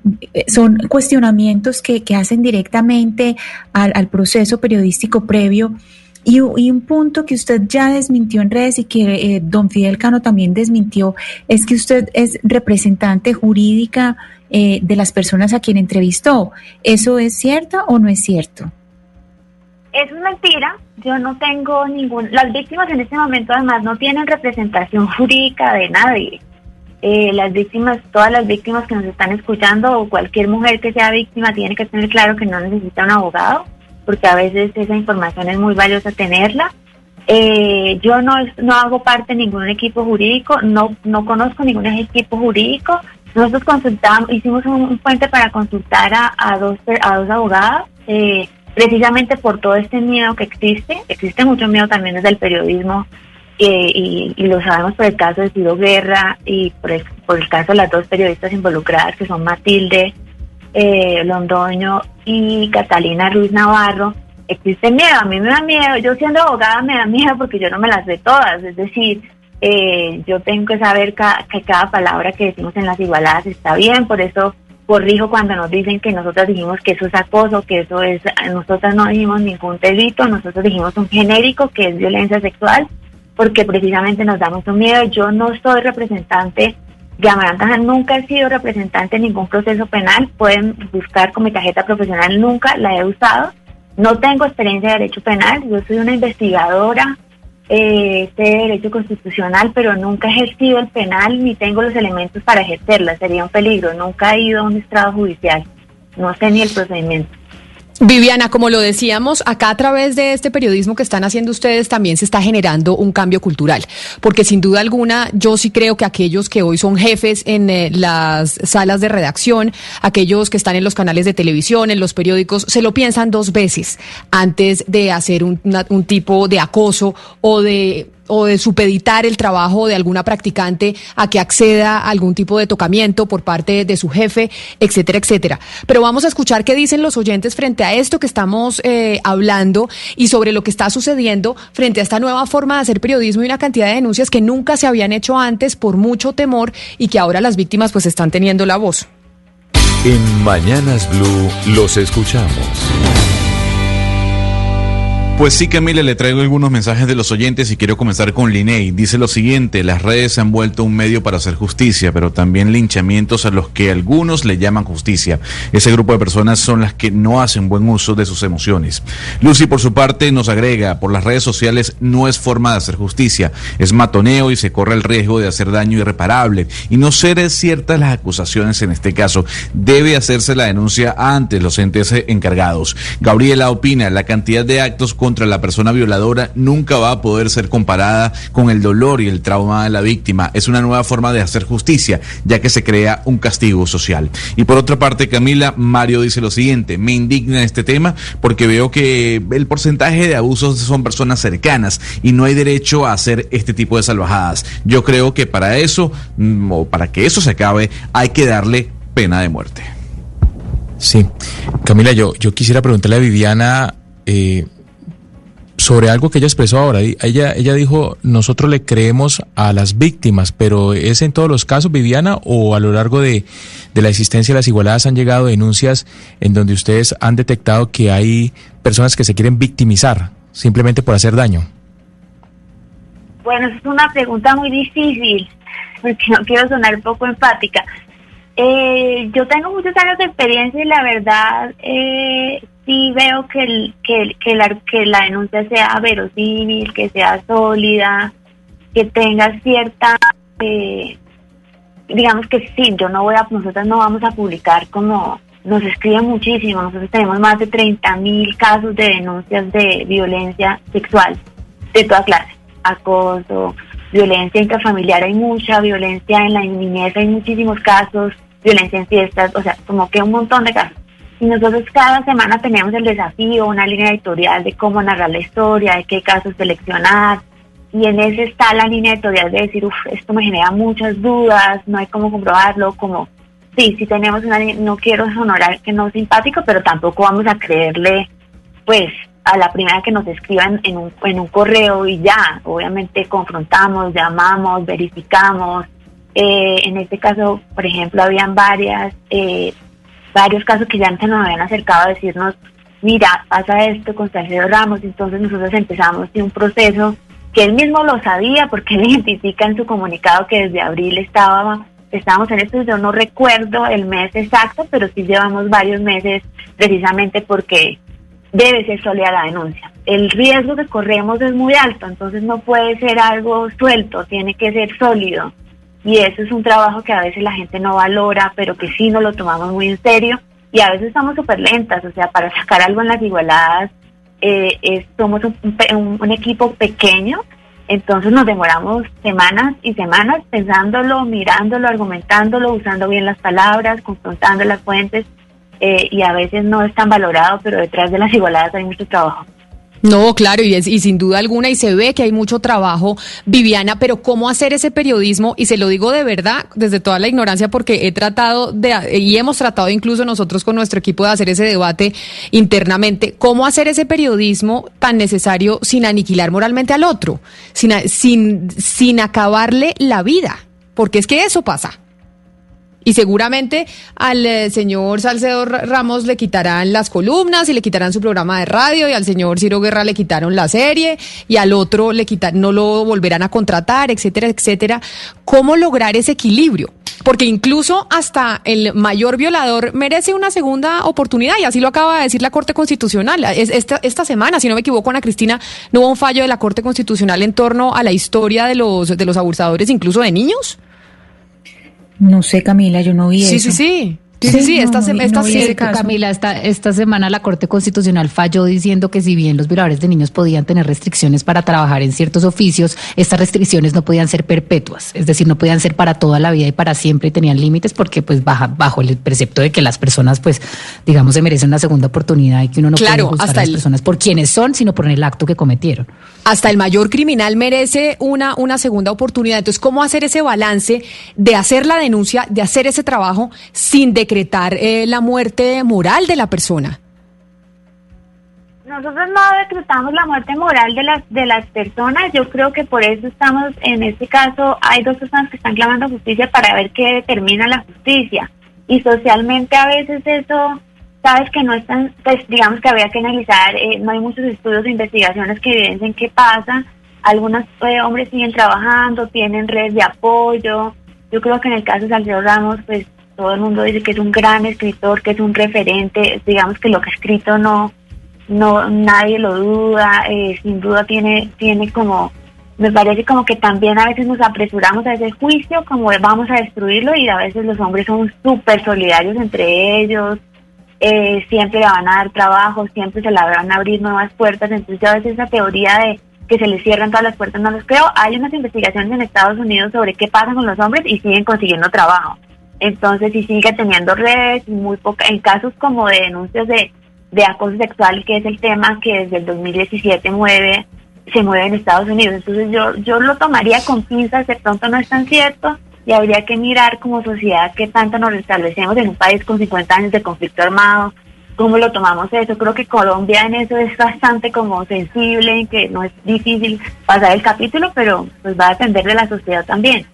son cuestionamientos que, que hacen directamente al, al proceso periodístico previo. Y, y un punto que usted ya desmintió en redes y que eh, don Fidel Cano también desmintió es que usted es representante jurídica eh, de las personas a quien entrevistó. ¿Eso es cierto o no es cierto? Eso es mentira. Yo no tengo ningún... Las víctimas en este momento además no tienen representación jurídica de nadie. Eh, las víctimas, todas las víctimas que nos están escuchando o cualquier mujer que sea víctima tiene que tener claro que no necesita un abogado, porque a veces esa información es muy valiosa tenerla. Eh, yo no no hago parte de ningún equipo jurídico, no no conozco ningún equipo jurídico. Nosotros consultamos, hicimos un, un puente para consultar a, a dos a dos abogadas, eh, precisamente por todo este miedo que existe. Existe mucho miedo también desde el periodismo, eh, y, y lo sabemos por el caso de Ciro Guerra y por el, por el caso de las dos periodistas involucradas, que son Matilde eh, Londoño y Catalina Ruiz Navarro. Existe miedo, a mí me da miedo, yo siendo abogada me da miedo porque yo no me las sé todas, es decir, eh, yo tengo que saber ca- que cada palabra que decimos en las igualadas está bien, por eso corrijo cuando nos dicen que nosotras dijimos que eso es acoso, que eso es, nosotras no dijimos ningún delito, nosotros dijimos un genérico que es violencia sexual, porque precisamente nos da mucho miedo. Yo no soy representante de Amaranta, nunca he sido representante en ningún proceso penal, pueden buscar con mi tarjeta profesional, nunca la he usado. No tengo experiencia de derecho penal, yo soy una investigadora eh, de derecho constitucional, pero nunca he ejercido el penal ni tengo los elementos para ejercerla, sería un peligro. Nunca he ido a un estrado judicial, no sé ni el procedimiento. Viviana, como lo decíamos, acá a través de este periodismo que están haciendo ustedes también se está generando un cambio cultural, porque sin duda alguna yo sí creo que aquellos que hoy son jefes en eh, las salas de redacción, aquellos que están en los canales de televisión, en los periódicos, se lo piensan dos veces antes de hacer un, una, un tipo de acoso o de o de supeditar el trabajo de alguna practicante a que acceda a algún tipo de tocamiento por parte de su jefe, etcétera, etcétera. Pero vamos a escuchar qué dicen los oyentes frente a esto que estamos eh, hablando y sobre lo que está sucediendo frente a esta nueva forma de hacer periodismo y una cantidad de denuncias que nunca se habían hecho antes por mucho temor y que ahora las víctimas pues están teniendo la voz. En Mañanas Blue los escuchamos. Pues sí, Camila, le traigo algunos mensajes de los oyentes y quiero comenzar con Linney. Dice lo siguiente: las redes se han vuelto un medio para hacer justicia, pero también linchamientos a los que algunos le llaman justicia. Ese grupo de personas son las que no hacen buen uso de sus emociones. Lucy, por su parte, nos agrega: por las redes sociales no es forma de hacer justicia, es matoneo y se corre el riesgo de hacer daño irreparable. Y no ser ciertas las acusaciones en este caso, debe hacerse la denuncia ante los entes encargados. Gabriela opina: la cantidad de actos contra la persona violadora nunca va a poder ser comparada con el dolor y el trauma de la víctima. Es una nueva forma de hacer justicia, ya que se crea un castigo social. Y por otra parte, Camila, Mario dice lo siguiente: me indigna este tema porque veo que el porcentaje de abusos son personas cercanas y no hay derecho a hacer este tipo de salvajadas. Yo creo que para eso, o para que eso se acabe, hay que darle pena de muerte. Sí, Camila, yo, yo quisiera preguntarle a Viviana eh, sobre algo que ella expresó ahora. Ella, ella dijo: nosotros le creemos a las víctimas, pero ¿es en todos los casos, Viviana, o a lo largo de, de la existencia de las igualadas han llegado denuncias en donde ustedes han detectado que hay personas que se quieren victimizar simplemente por hacer daño? Bueno, es una pregunta muy difícil, porque no quiero sonar poco empática. Eh, yo tengo muchos años de experiencia y la verdad eh, sí veo que, el, que, que, la, que la denuncia sea verosímil, que sea sólida, que tenga cierta, eh, digamos que sí, yo no voy a, nosotros no vamos a publicar como nos escriben muchísimo. Nosotros tenemos más de treinta mil casos de denuncias de violencia sexual de toda clase, acoso, violencia intrafamiliar, hay mucha violencia en la niñez, hay muchísimos casos, violencia en fiestas, o sea, como que un montón de casos. Y nosotros cada semana tenemos el desafío, una línea editorial de cómo narrar la historia, de qué casos seleccionar, y en ese está la línea editorial de decir, uff, esto me genera muchas dudas, no hay cómo comprobarlo, como, sí, sí tenemos una, no quiero sonar que no es simpático, pero tampoco vamos a creerle, pues, a la primera que nos escriban en un, en un correo y ya, obviamente confrontamos, llamamos, verificamos. Eh, en este caso, por ejemplo, habían varias, eh, varios casos que ya antes nos habían acercado a decirnos, mira, pasa esto con Salcedo Ramos, entonces nosotros empezamos un proceso que él mismo lo sabía porque él identifica en su comunicado que desde abril estaba, estábamos en esto. Yo no recuerdo el mes exacto, pero sí llevamos varios meses precisamente porque debe ser sólida la denuncia. El riesgo que corremos es muy alto, entonces no puede ser algo suelto, tiene que ser sólido. Y eso es un trabajo que a veces la gente no valora, pero que sí nos lo tomamos muy en serio. Y a veces estamos súper lentas, o sea, para sacar algo en las igualadas, eh, es, somos un, un, un equipo pequeño, entonces nos demoramos semanas y semanas pensándolo, mirándolo, argumentándolo, usando bien las palabras, confrontando las fuentes. eh, y a veces no es tan valorado, pero detrás de las igualadas hay mucho trabajo. No, claro, y, es, y sin duda alguna, y se ve que hay mucho trabajo, Viviana, pero ¿cómo hacer ese periodismo? Y se lo digo de verdad, desde toda la ignorancia, porque he tratado de, y hemos tratado incluso nosotros con nuestro equipo de hacer ese debate internamente, ¿cómo hacer ese periodismo tan necesario sin aniquilar moralmente al otro, sin, sin, sin acabarle la vida? Porque es que eso pasa. Y seguramente al eh, señor Salcedo Ramos le quitarán las columnas y le quitarán su programa de radio, y al señor Ciro Guerra le quitaron la serie, y al otro le quitan, no lo volverán a contratar, etcétera, etcétera. ¿Cómo lograr ese equilibrio? Porque incluso hasta el mayor violador merece una segunda oportunidad, y así lo acaba de decir la Corte Constitucional. Es, esta, esta semana, si no me equivoco, Ana Cristina, no hubo un fallo de la Corte Constitucional en torno a la historia de los, de los abusadores, incluso de niños. No sé, Camila, yo no vi sí, eso. Sí, sí, sí. Sí, sí, sí, esta, no, no, esta no sí, Camila, esta, esta semana la Corte Constitucional falló diciendo que si bien los violadores de niños podían tener restricciones para trabajar en ciertos oficios, estas restricciones no podían ser perpetuas, es decir, no podían ser para toda la vida y para siempre, y tenían límites porque pues baja, bajo el precepto de que las personas pues digamos se merecen una segunda oportunidad y que uno no claro, puede juzgar hasta a las el, personas por quienes son, sino por el acto que cometieron. Hasta el mayor criminal merece una, una segunda oportunidad. Entonces, ¿cómo hacer ese balance de hacer la denuncia, de hacer ese trabajo sin decretar eh, la muerte moral de la persona? Nosotros no decretamos la muerte moral de las de las personas. Yo creo que por eso estamos, en este caso, hay dos personas que están clamando justicia para ver qué determina la justicia. Y socialmente a veces eso, sabes que no están, pues digamos que habría que analizar, eh, no hay muchos estudios o investigaciones que evidencien qué pasa. Algunos eh, hombres siguen trabajando, tienen redes de apoyo. Yo creo que en el caso de Salcedo Ramos, pues todo el mundo dice que es un gran escritor, que es un referente, digamos que lo que ha escrito no, no nadie lo duda, eh, sin duda tiene, tiene como, me parece como que también a veces nos apresuramos a ese juicio, como de vamos a destruirlo, y a veces los hombres son súper solidarios entre ellos, eh, siempre le van a dar trabajo, siempre se le van a abrir nuevas puertas. Entonces a veces esa teoría de que se les cierran todas las puertas no los creo. Hay unas investigaciones en Estados Unidos sobre qué pasa con los hombres y siguen consiguiendo trabajo. Entonces, si sigue teniendo redes, muy poca, en casos como de denuncias de, de acoso sexual, que es el tema que desde el dos mil diecisiete mueve, se mueve en Estados Unidos. Entonces, yo yo lo tomaría con pinzas, de pronto no es tan cierto, y habría que mirar como sociedad qué tanto nos establecemos en un país con cincuenta años de conflicto armado, cómo lo tomamos eso. Creo que Colombia en eso es bastante como sensible, en que no es difícil pasar el capítulo, pero pues va a depender de la sociedad también.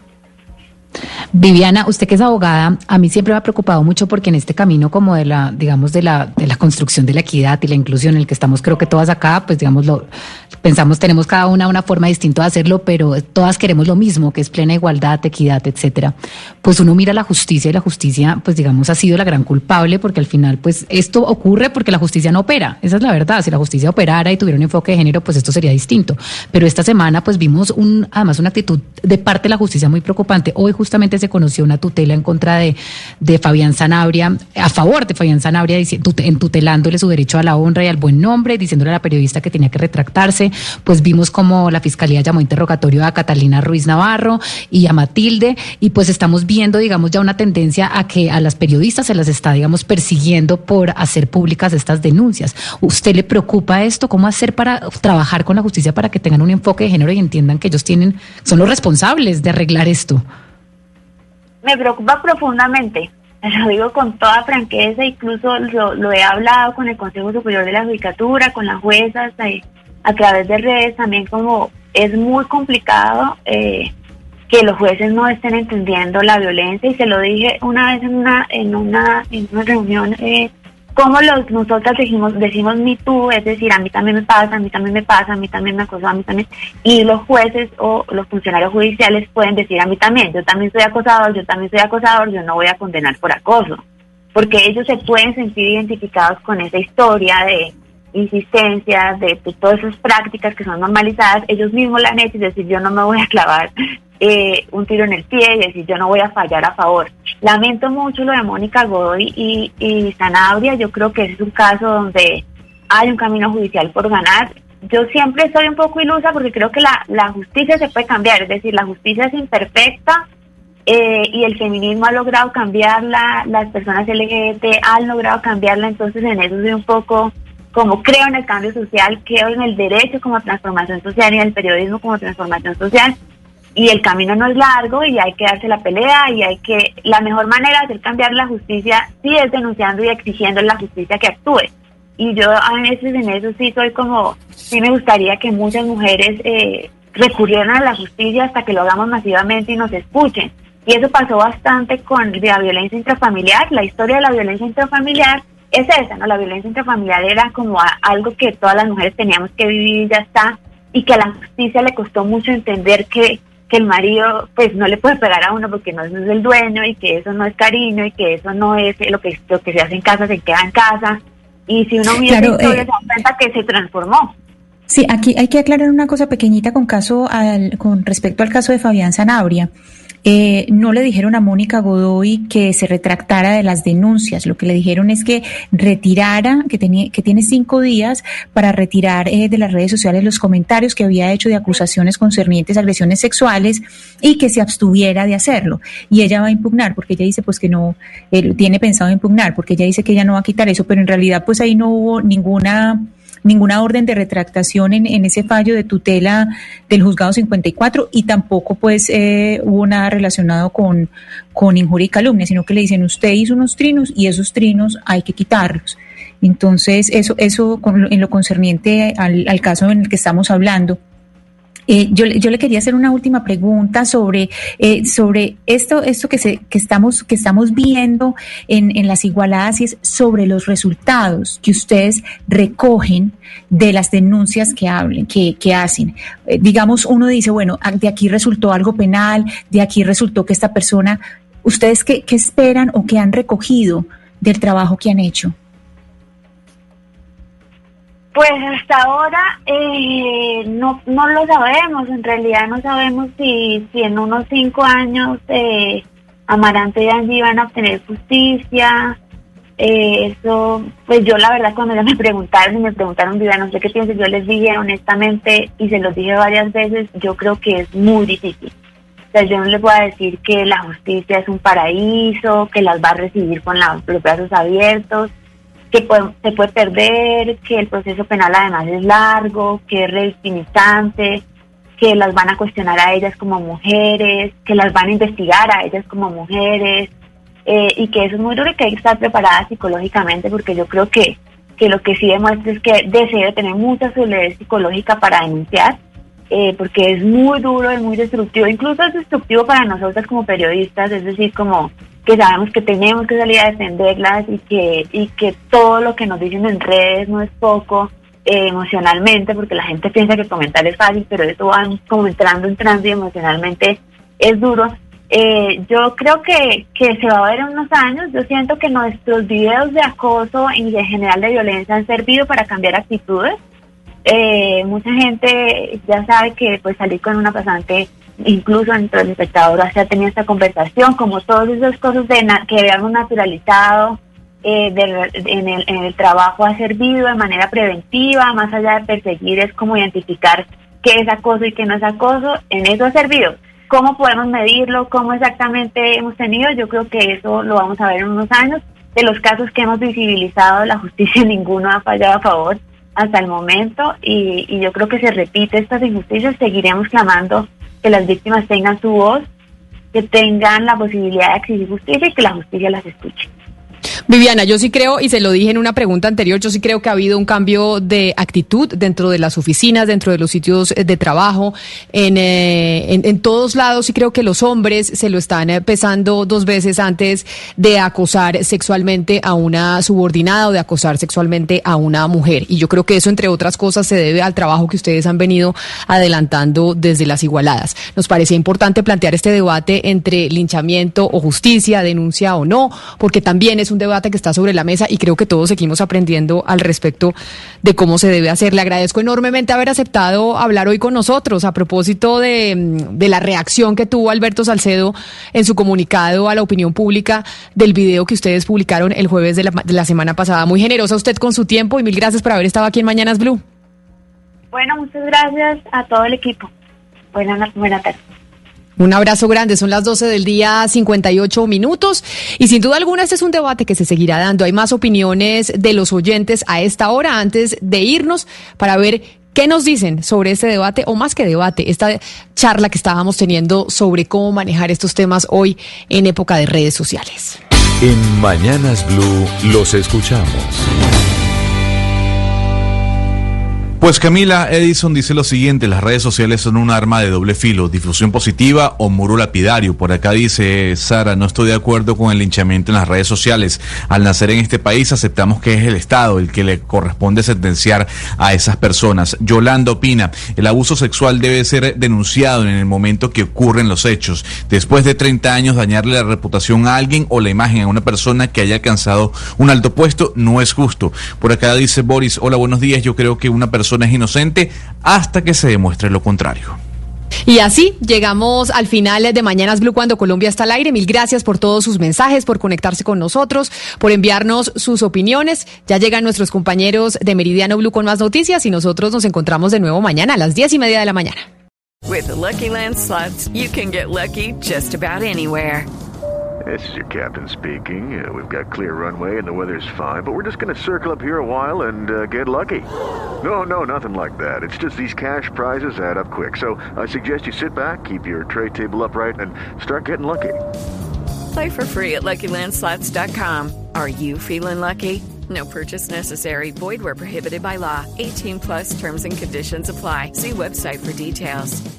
Viviana, usted que es abogada, a mí siempre me ha preocupado mucho porque en este camino como de la, digamos, de la, de la construcción de la equidad y la inclusión en el que estamos, creo que todas acá, pues digamos, lo pensamos, tenemos cada una una forma distinta de hacerlo, pero todas queremos lo mismo, que es plena igualdad, equidad, etcétera. Pues uno mira la justicia y la justicia, pues digamos, ha sido la gran culpable, porque al final, pues esto ocurre porque la justicia no opera. Esa es la verdad. Si la justicia operara y tuviera un enfoque de género, pues esto sería distinto. Pero esta semana, pues vimos un, además una actitud de parte de la justicia muy preocupante. Hoy justamente se conoció una tutela en contra de, de Fabián Sanabria, a favor de Fabián Sanabria, entutelándole su derecho a la honra y al buen nombre, diciéndole a la periodista que tenía que retractarse. Pues vimos como la fiscalía llamó interrogatorio a Catalina Ruiz Navarro y a Matilde, y pues estamos viendo, digamos, ya una tendencia a que a las periodistas se las está, digamos, persiguiendo por hacer públicas estas denuncias. ¿Usted le preocupa esto? ¿Cómo hacer para trabajar con la justicia para que tengan un enfoque de género y entiendan que ellos tienen, son los responsables de arreglar esto? Me preocupa profundamente, lo digo con toda franqueza, incluso lo, lo he hablado con el Consejo Superior de la Judicatura, con las juezas, eh, a través de redes también, como es muy complicado eh, que los jueces no estén entendiendo la violencia, y se lo dije una vez en una en una, en una reunión, eh, como los, nosotras decimos, decimos me too, es decir, a mí también me pasa, a mí también me pasa, a mí también me acosó, a mí también, y los jueces o los funcionarios judiciales pueden decir a mí también, yo también soy acosador, yo también soy acosador, yo no voy a condenar por acoso, porque ellos se pueden sentir identificados con esa historia de insistencia, de, de todas esas prácticas que son normalizadas, ellos mismos la han hecho, y decir yo no me voy a clavar eh, un tiro en el pie, y decir yo no voy a fallar a favor. Lamento mucho lo de Mónica Godoy y, y Sanabria. Yo creo que ese es un caso donde hay un camino judicial por ganar. Yo siempre estoy un poco ilusa porque creo que la, la justicia se puede cambiar, es decir, la justicia es imperfecta, eh, y el feminismo ha logrado cambiarla, las personas L G B T han logrado cambiarla, entonces en eso soy un poco como creo en el cambio social, creo en el derecho como transformación social y en el periodismo como transformación social, y el camino no es largo y hay que darse la pelea y hay que, la mejor manera de hacer cambiar la justicia sí es denunciando y exigiendo la justicia que actúe. Y yo a veces en eso sí soy como, sí me gustaría que muchas mujeres eh, recurrieran a la justicia hasta que lo hagamos masivamente y nos escuchen. Y eso pasó bastante con la violencia intrafamiliar. La historia de la violencia intrafamiliar es esa, ¿no? La violencia intrafamiliar era como a, algo que todas las mujeres teníamos que vivir y ya está, y que a la justicia le costó mucho entender que, que el marido pues no le puede pegar a uno porque no es el dueño, y que eso no es cariño, y que eso no es lo que, lo que se hace en casa se queda en casa. Y si uno mira Claro, la historia, eh, se da cuenta que se transformó. Sí, aquí hay que aclarar una cosa pequeñita con caso al, con respecto al caso de Fabián Sanabria. Eh, no le dijeron a Mónica Godoy que se retractara de las denuncias. Lo que le dijeron es que retirara, que tenía, que tiene cinco días para retirar eh, de las redes sociales los comentarios que había hecho de acusaciones concernientes a agresiones sexuales, y que se abstuviera de hacerlo. Y ella va a impugnar, porque ella dice pues que no, eh, tiene pensado impugnar, porque ella dice que ella no va a quitar eso, pero en realidad pues ahí no hubo ninguna ninguna orden de retractación en, en ese fallo de tutela del juzgado cincuenta y cuatro, y tampoco pues eh, hubo nada relacionado con, con injuria y calumnia, sino que le dicen usted hizo unos trinos y esos trinos hay que quitarlos. Entonces eso eso con, en lo concerniente al, al caso en el que estamos hablando. Eh, yo, yo le quería hacer una última pregunta sobre eh, sobre esto esto que se que estamos que estamos viendo en, en las igualadas, y es sobre los resultados que ustedes recogen de las denuncias que hablen que, que hacen. Eh, digamos, uno dice, bueno, de aquí resultó algo penal, de aquí resultó que esta persona. ¿Ustedes qué, qué esperan o qué han recogido del trabajo que han hecho? Pues hasta ahora eh, no no lo sabemos, en realidad no sabemos si, si en unos cinco años eh, Amaranta y Angie van a obtener justicia. Eh, eso, pues yo la verdad cuando ya me preguntaron y me preguntaron, Viviana, no sé qué piensas, yo les dije honestamente, y se los dije varias veces, yo creo que es muy difícil. O sea, yo no les voy a decir que la justicia es un paraíso, que las va a recibir con la, los brazos abiertos, que puede, se puede perder, que el proceso penal además es largo, que es revictimizante, que las van a cuestionar a ellas como mujeres, que las van a investigar a ellas como mujeres, eh, y que eso es muy duro y que hay que estar preparadas psicológicamente, porque yo creo que, que lo que sí demuestra es que deseo tener mucha solidez psicológica para denunciar, eh, porque es muy duro y muy destructivo, incluso es destructivo para nosotras como periodistas, es decir, como que sabemos que tenemos que salir a defenderlas y que y que todo lo que nos dicen en redes no es poco eh, emocionalmente, porque la gente piensa que comentar es fácil, pero eso va como entrando, entrando y emocionalmente es duro. Eh, yo creo que, que se va a ver en unos años. Yo siento que nuestros videos de acoso y en general de violencia han servido para cambiar actitudes. Eh, mucha gente ya sabe que pues salir con una pasante, incluso dentro del espectador, o sea, tenía esta conversación, como todas esas cosas de na- que habíamos naturalizado eh, de, de, en, el, en el trabajo ha servido de manera preventiva, más allá de perseguir, es como identificar qué es acoso y qué no es acoso, en eso ha servido. ¿Cómo podemos medirlo? ¿Cómo exactamente hemos tenido? Yo creo que eso lo vamos a ver en unos años. De los casos que hemos visibilizado, la justicia ninguno ha fallado a favor hasta el momento, y, y yo creo que se repite estas injusticias, seguiremos clamando que las víctimas tengan su voz, que tengan la posibilidad de exigir justicia y que la justicia las escuche. Viviana, yo sí creo, y se lo dije en una pregunta anterior, yo sí creo que ha habido un cambio de actitud dentro de las oficinas, dentro de los sitios de trabajo, en, eh, en, en todos lados. Sí creo que los hombres se lo están pesando dos veces antes de acosar sexualmente a una subordinada o de acosar sexualmente a una mujer. Y yo creo que eso, entre otras cosas, se debe al trabajo que ustedes han venido adelantando desde las igualadas. Nos parecía importante plantear este debate entre linchamiento o justicia, denuncia o no, porque también es un debate que está sobre la mesa y creo que todos seguimos aprendiendo al respecto de cómo se debe hacer. Le agradezco enormemente haber aceptado hablar hoy con nosotros a propósito de, de la reacción que tuvo Alberto Salcedo en su comunicado a la opinión pública del video que ustedes publicaron el jueves de la, de la semana pasada. Muy generosa usted con su tiempo y mil gracias por haber estado aquí en Mañanas Blue. Bueno, muchas gracias a todo el equipo. Buenas buena tarde. Un abrazo grande, son las doce del día, cincuenta y ocho minutos, y sin duda alguna este es un debate que se seguirá dando. Hay más opiniones de los oyentes a esta hora antes de irnos para ver qué nos dicen sobre este debate, o más que debate, esta charla que estábamos teniendo sobre cómo manejar estos temas hoy en época de redes sociales. En Mañanas Blue los escuchamos. Pues Camila, Edison dice lo siguiente: las redes sociales son un arma de doble filo, difusión positiva o muro lapidario. Por acá dice Sara, no estoy de acuerdo con el linchamiento en las redes sociales. Al nacer en este país aceptamos que es el Estado el que le corresponde sentenciar a esas personas. Yolanda opina, el abuso sexual debe ser denunciado en el momento que ocurren los hechos. Después de treinta años dañarle la reputación a alguien o la imagen a una persona que haya alcanzado un alto puesto no es justo. Por acá dice Boris, hola, buenos días, yo creo que una persona es inocente hasta que se demuestre lo contrario. Y así llegamos al final de Mañanas Blue cuando Colombia está al aire. Mil gracias por todos sus mensajes, por conectarse con nosotros, por enviarnos sus opiniones. Ya llegan nuestros compañeros de Meridiano Blue con más noticias y nosotros nos encontramos de nuevo mañana a las diez y media de la mañana. With the Lucky Land Slots, you can get lucky just about anywhere. This is your captain speaking. Uh, we've got clear runway and the weather's fine, but we're just going to circle up here a while and uh, get lucky. No, no, nothing like that. It's just these cash prizes add up quick. So I suggest you sit back, keep your tray table upright, and start getting lucky. Play for free at Lucky Land Slots dot com. Are you feeling lucky? No purchase necessary. Void where prohibited by law. eighteen plus terms and conditions apply. See website for details.